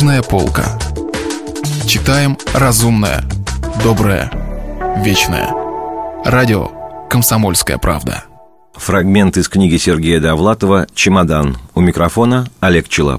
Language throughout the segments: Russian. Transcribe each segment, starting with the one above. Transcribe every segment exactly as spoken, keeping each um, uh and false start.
Книжная полка. Читаем разумное, доброе, вечное. Радио «Комсомольская правда». Фрагмент из книги Сергея Довлатова «Чемодан». У микрофона Олег Челап.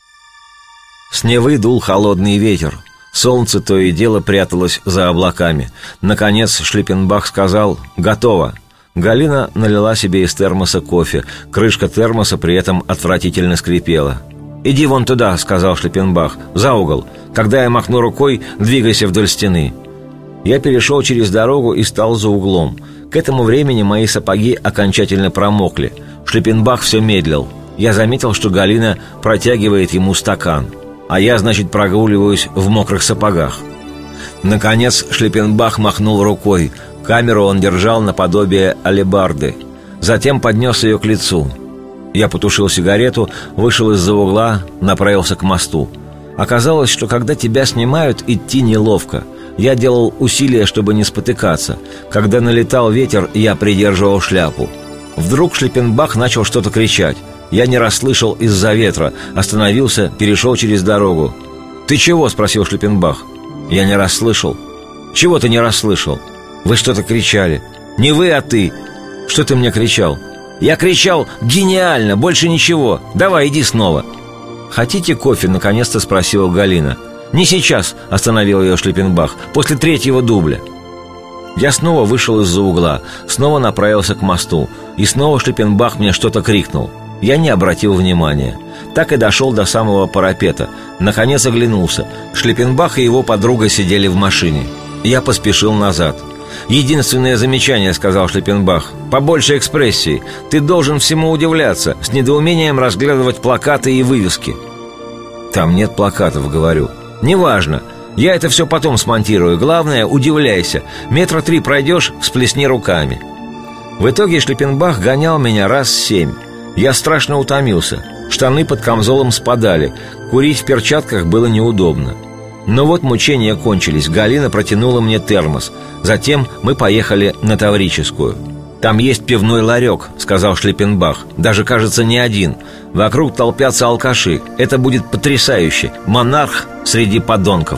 С Невы дул холодный ветер. Солнце то и дело пряталось за облаками. Наконец Шлиппенбах сказал «Готово». Галина налила себе из термоса кофе. Крышка термоса при этом отвратительно скрипела. «Иди вон туда», — сказал Шлиппенбах, — «за угол. Когда я махну рукой, двигайся вдоль стены». Я перешел через дорогу и стал за углом. К этому времени мои сапоги окончательно промокли. Шлиппенбах все медлил. Я заметил, что Галина протягивает ему стакан, а я, значит, прогуливаюсь в мокрых сапогах. Наконец Шлиппенбах махнул рукой. Камеру он держал наподобие алебарды. Затем поднес ее к лицу. Я потушил сигарету, вышел из-за угла, направился к мосту. Оказалось, что когда тебя снимают, идти неловко. Я делал усилия, чтобы не спотыкаться. Когда налетал ветер, я придерживал шляпу. Вдруг Шлиппенбах начал что-то кричать. Я не расслышал из-за ветра, остановился, перешел через дорогу. «Ты чего?» – спросил Шлиппенбах. Я не расслышал. «Чего ты не расслышал? Вы что-то кричали». «Не вы, а ты». «Что ты мне кричал?» «Я кричал: гениально, больше ничего. Давай, иди снова». «Хотите кофе?» – наконец-то спросила Галина. «Не сейчас», – остановил ее Шлиппенбах, – «после третьего дубля». Я снова вышел из-за угла, снова направился к мосту, и снова Шлиппенбах мне что-то крикнул. Я не обратил внимания. Так и дошел до самого парапета. Наконец оглянулся. Шлиппенбах и его подруга сидели в машине. Я поспешил назад. «Единственное замечание», — сказал Шлиппенбах, — «побольше экспрессии. Ты должен всему удивляться, с недоумением разглядывать плакаты и вывески». «Там нет плакатов», — говорю. «Неважно. Я это все потом смонтирую. Главное, удивляйся. Метра три пройдешь, всплесни руками». В итоге Шлиппенбах гонял меня раз семь. Я страшно утомился. Штаны под камзолом спадали. Курить в перчатках было неудобно. Но вот мучения кончились. Галина протянула мне термос. Затем мы поехали на Таврическую. «Там есть пивной ларек», — сказал Шлиппенбах. «Даже, кажется, не один. Вокруг толпятся алкаши. Это будет потрясающе. Монарх среди подонков».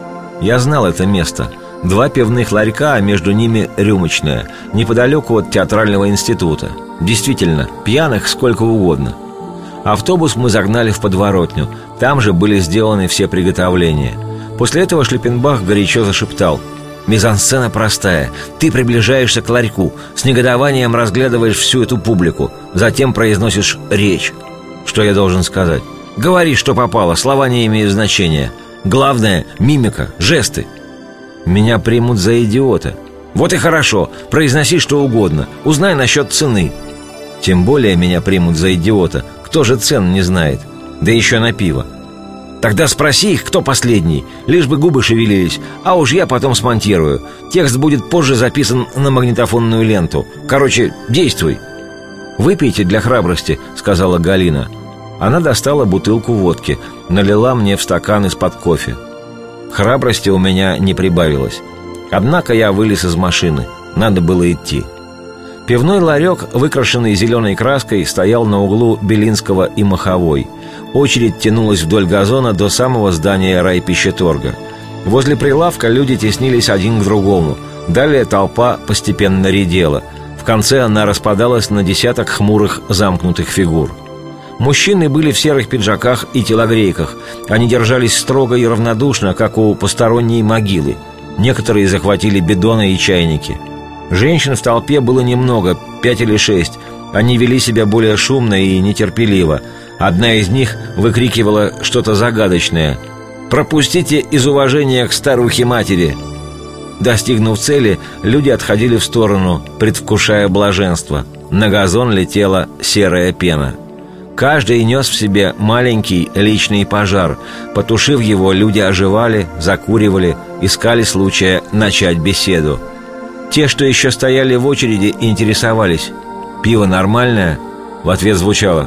Я знал это место. Два пивных ларька, а между ними рюмочная, неподалеку от театрального института. Действительно, пьяных сколько угодно. Автобус мы загнали в подворотню. Там же были сделаны все приготовления. После этого Шлиппенбах горячо зашептал: «Мизансцена простая. Ты приближаешься к ларьку, с негодованием разглядываешь всю эту публику, затем произносишь речь». Что я должен сказать? Говори, что попало, слова не имеют значения. Главное – мимика, жесты. Меня примут за идиота. Вот и хорошо, произноси что угодно, узнай насчет цены. Тем более меня примут за идиота. Кто же цен не знает? Да еще на пиво. Тогда спроси их, кто последний, лишь бы губы шевелились, а уж я потом смонтирую. Текст будет позже записан на магнитофонную ленту. Короче, действуй. «Выпейте для храбрости», — сказала Галина. Она достала бутылку водки, налила мне в стакан из-под кофе. Храбрости у меня не прибавилось. Однако я вылез из машины. Надо было идти. Пивной ларек, выкрашенный зеленой краской, стоял на углу Белинского и Маховой. Очередь тянулась вдоль газона до самого здания райпищеторга. Возле прилавка люди теснились один к другому. Далее толпа постепенно редела. В конце она распадалась на десяток хмурых замкнутых фигур. Мужчины были в серых пиджаках и телогрейках. Они держались строго и равнодушно, как у посторонней могилы. Некоторые захватили бидоны и чайники. Женщин в толпе было немного, пять или шесть. Они вели себя более шумно и нетерпеливо. Одна из них выкрикивала что-то загадочное: «Пропустите из уважения к старухе-матери!» Достигнув цели, люди отходили в сторону, предвкушая блаженство. На газон летела серая пена. Каждый нес в себе маленький личный пожар. Потушив его, люди оживали, закуривали, искали случая начать беседу. Те, что еще стояли в очереди, интересовались: «Пиво нормальное?» В ответ звучало: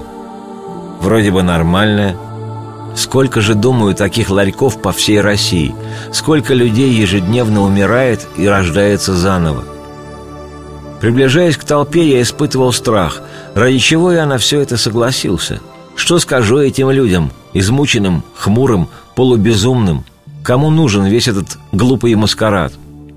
«Вроде бы нормальное». Сколько же, думаю, таких ларьков по всей России? Сколько людей ежедневно умирает и рождается заново? Приближаясь к толпе, я испытывал страх. Ради чего я на все это согласился? Что скажу этим людям, измученным, хмурым, полубезумным? Кому нужен весь этот глупый маскарад?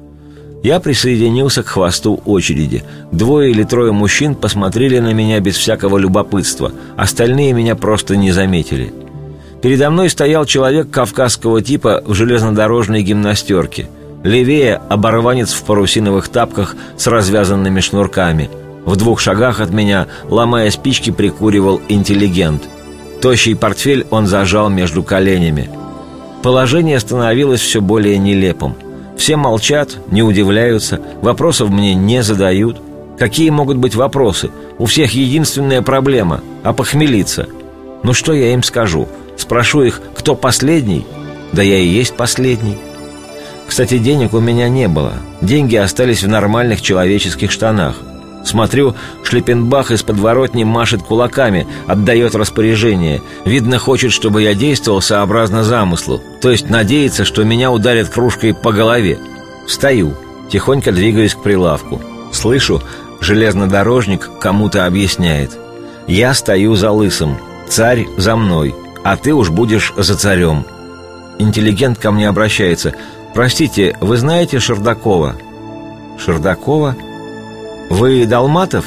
Я присоединился к хвосту очереди. Двое или трое мужчин посмотрели на меня без всякого любопытства. Остальные меня просто не заметили. Передо мной стоял человек кавказского типа в железнодорожной гимнастерке. Левее оборванец в парусиновых тапках с развязанными шнурками. В двух шагах от меня, ломая спички, прикуривал интеллигент. Тощий портфель он зажал между коленями. Положение становилось все более нелепым. Все молчат, не удивляются, вопросов мне не задают. Какие могут быть вопросы? У всех единственная проблема – опохмелиться. Ну что я им скажу? Спрошу их, кто последний? Да я и есть последний. Кстати, денег у меня не было. Деньги остались в нормальных человеческих штанах. Смотрю, Шлиппенбах из подворотни машет кулаками, отдает распоряжение. Видно, хочет, чтобы я действовал сообразно замыслу. То есть надеется, что меня ударят кружкой по голове. Встаю, тихонько двигаюсь к прилавку. Слышу, железнодорожник кому-то объясняет. Я стою за лысым, царь за мной, а ты уж будешь за царем. Интеллигент ко мне обращается. «Простите, вы знаете Шердакова?» «Шердакова? Вы Долматов?»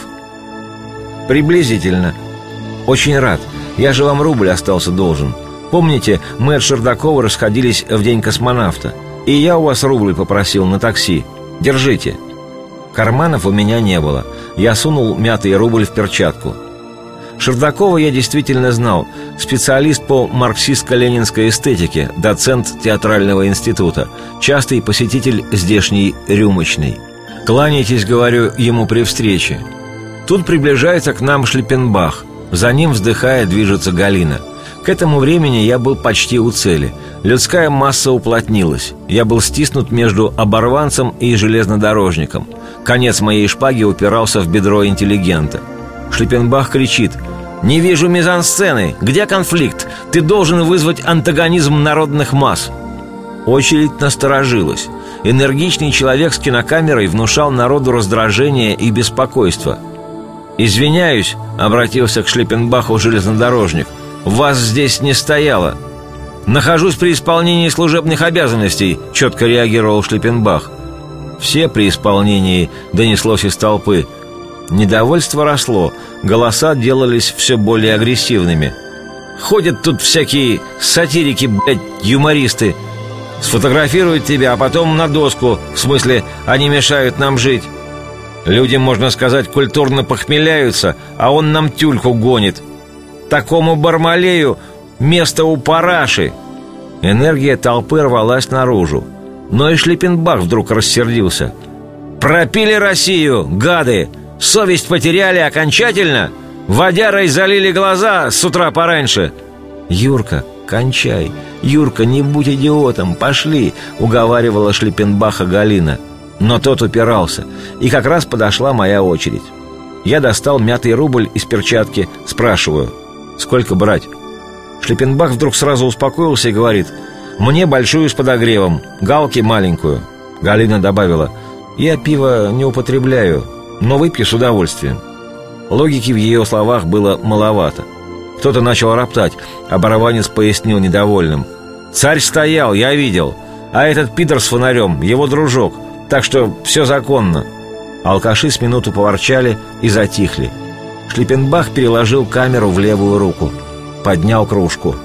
«Приблизительно. Очень рад. Я же вам рубль остался должен. Помните, мы от Шердакова расходились в день космонавта, и я у вас рубль попросил на такси. Держите». Карманов у меня не было. Я сунул мятый рубль в перчатку. Шердакова я действительно знал. Специалист по марксистско-ленинской эстетике, доцент театрального института, частый посетитель здешней рюмочной. «Кланяйтесь, — говорю, — ему при встрече». Тут приближается к нам Шлиппенбах. За ним, вздыхая, движется Галина. К этому времени я был почти у цели. Людская масса уплотнилась. Я был стиснут между оборванцем и железнодорожником. Конец моей шпаги упирался в бедро интеллигента. Шлиппенбах кричит: «Не вижу мизансцены! Где конфликт? Ты должен вызвать антагонизм народных масс!» Очередь насторожилась. Энергичный человек с кинокамерой внушал народу раздражение и беспокойство. «Извиняюсь», — обратился к Шлиппенбаху железнодорожник, — «вас здесь не стояло». «Нахожусь при исполнении служебных обязанностей», — четко реагировал Шлиппенбах. «Все при исполнении», — донеслось из толпы. Недовольство росло, голоса делались все более агрессивными. «Ходят тут всякие сатирики, блядь, юмористы. Сфотографируют тебя, а потом на доску. В смысле, они мешают нам жить. Люди, можно сказать, культурно похмеляются, а он нам тюльку гонит. Такому Бармалею место у параши». Энергия толпы рвалась наружу. Но и Шлиппенбах вдруг рассердился. «Пропили Россию, гады! Совесть потеряли окончательно? Водярой залили глаза с утра пораньше!» «Юрка, кончай! Юрка, не будь идиотом! Пошли!» — уговаривала Шлиппенбаха Галина. Но тот упирался, и как раз подошла моя очередь. Я достал мятый рубль из перчатки, спрашиваю: «Сколько брать?» Шлиппенбах вдруг сразу успокоился и говорит: «Мне большую с подогревом, Галке маленькую». Галина добавила: «Я пиво не употребляю, но выпью с удовольствием». Логики в ее словах было маловато. Кто-то начал роптать. Оборванец пояснил недовольным: «Царь стоял, я видел. А этот пидор с фонарем, его дружок. Так что все законно». Алкаши с минуту поворчали и затихли. Шлиппенбах переложил камеру в левую руку. Поднял кружку.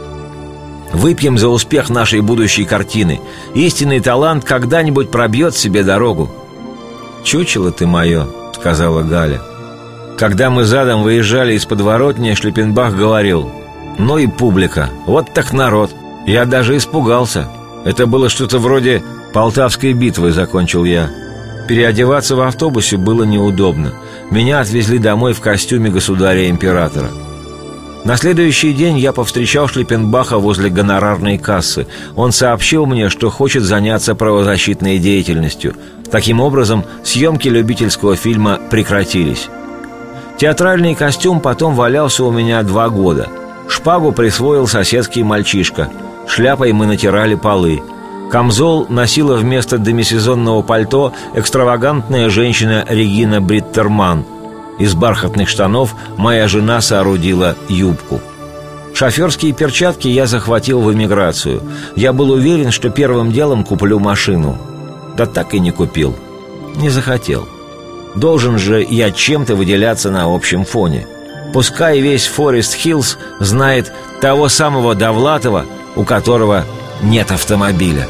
«Выпьем за успех нашей будущей картины. Истинный талант когда-нибудь пробьет себе дорогу». «Чучело ты мое», — сказала Галя. Когда мы задом выезжали из подворотни, Шлиппенбах говорил: «Ну и публика, вот так народ». Я даже испугался. Это было что-то вроде Полтавской битвы, закончил я. Переодеваться в автобусе было неудобно. Меня отвезли домой в костюме государя-императора. На следующий день я повстречал Шлиппенбаха возле гонорарной кассы. Он сообщил мне, что хочет заняться правозащитной деятельностью. Таким образом, съемки любительского фильма прекратились. Театральный костюм потом валялся у меня два года. Шпагу присвоил соседский мальчишка. Шляпой мы натирали полы. Камзол носила вместо демисезонного пальто экстравагантная женщина Регина Бриттерман. Из бархатных штанов моя жена соорудила юбку. Шоферские перчатки я захватил в эмиграцию. Я был уверен, что первым делом куплю машину. Да так и не купил. Не захотел. Должен же я чем-то выделяться на общем фоне. Пускай весь Форест-Хиллз знает того самого Довлатова, у которого нет автомобиля.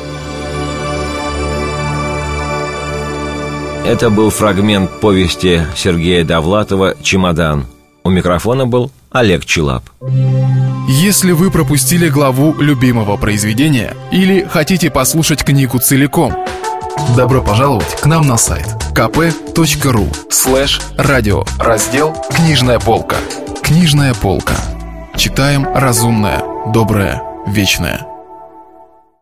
Это был фрагмент повести Сергея Довлатова «Чемодан». У микрофона был Олег Челап. Если вы пропустили главу любимого произведения или хотите послушать книгу целиком, добро пожаловать к нам на сайт kp.ru слэш радио, раздел «Книжная полка». Книжная полка. Читаем разумное, доброе, вечное.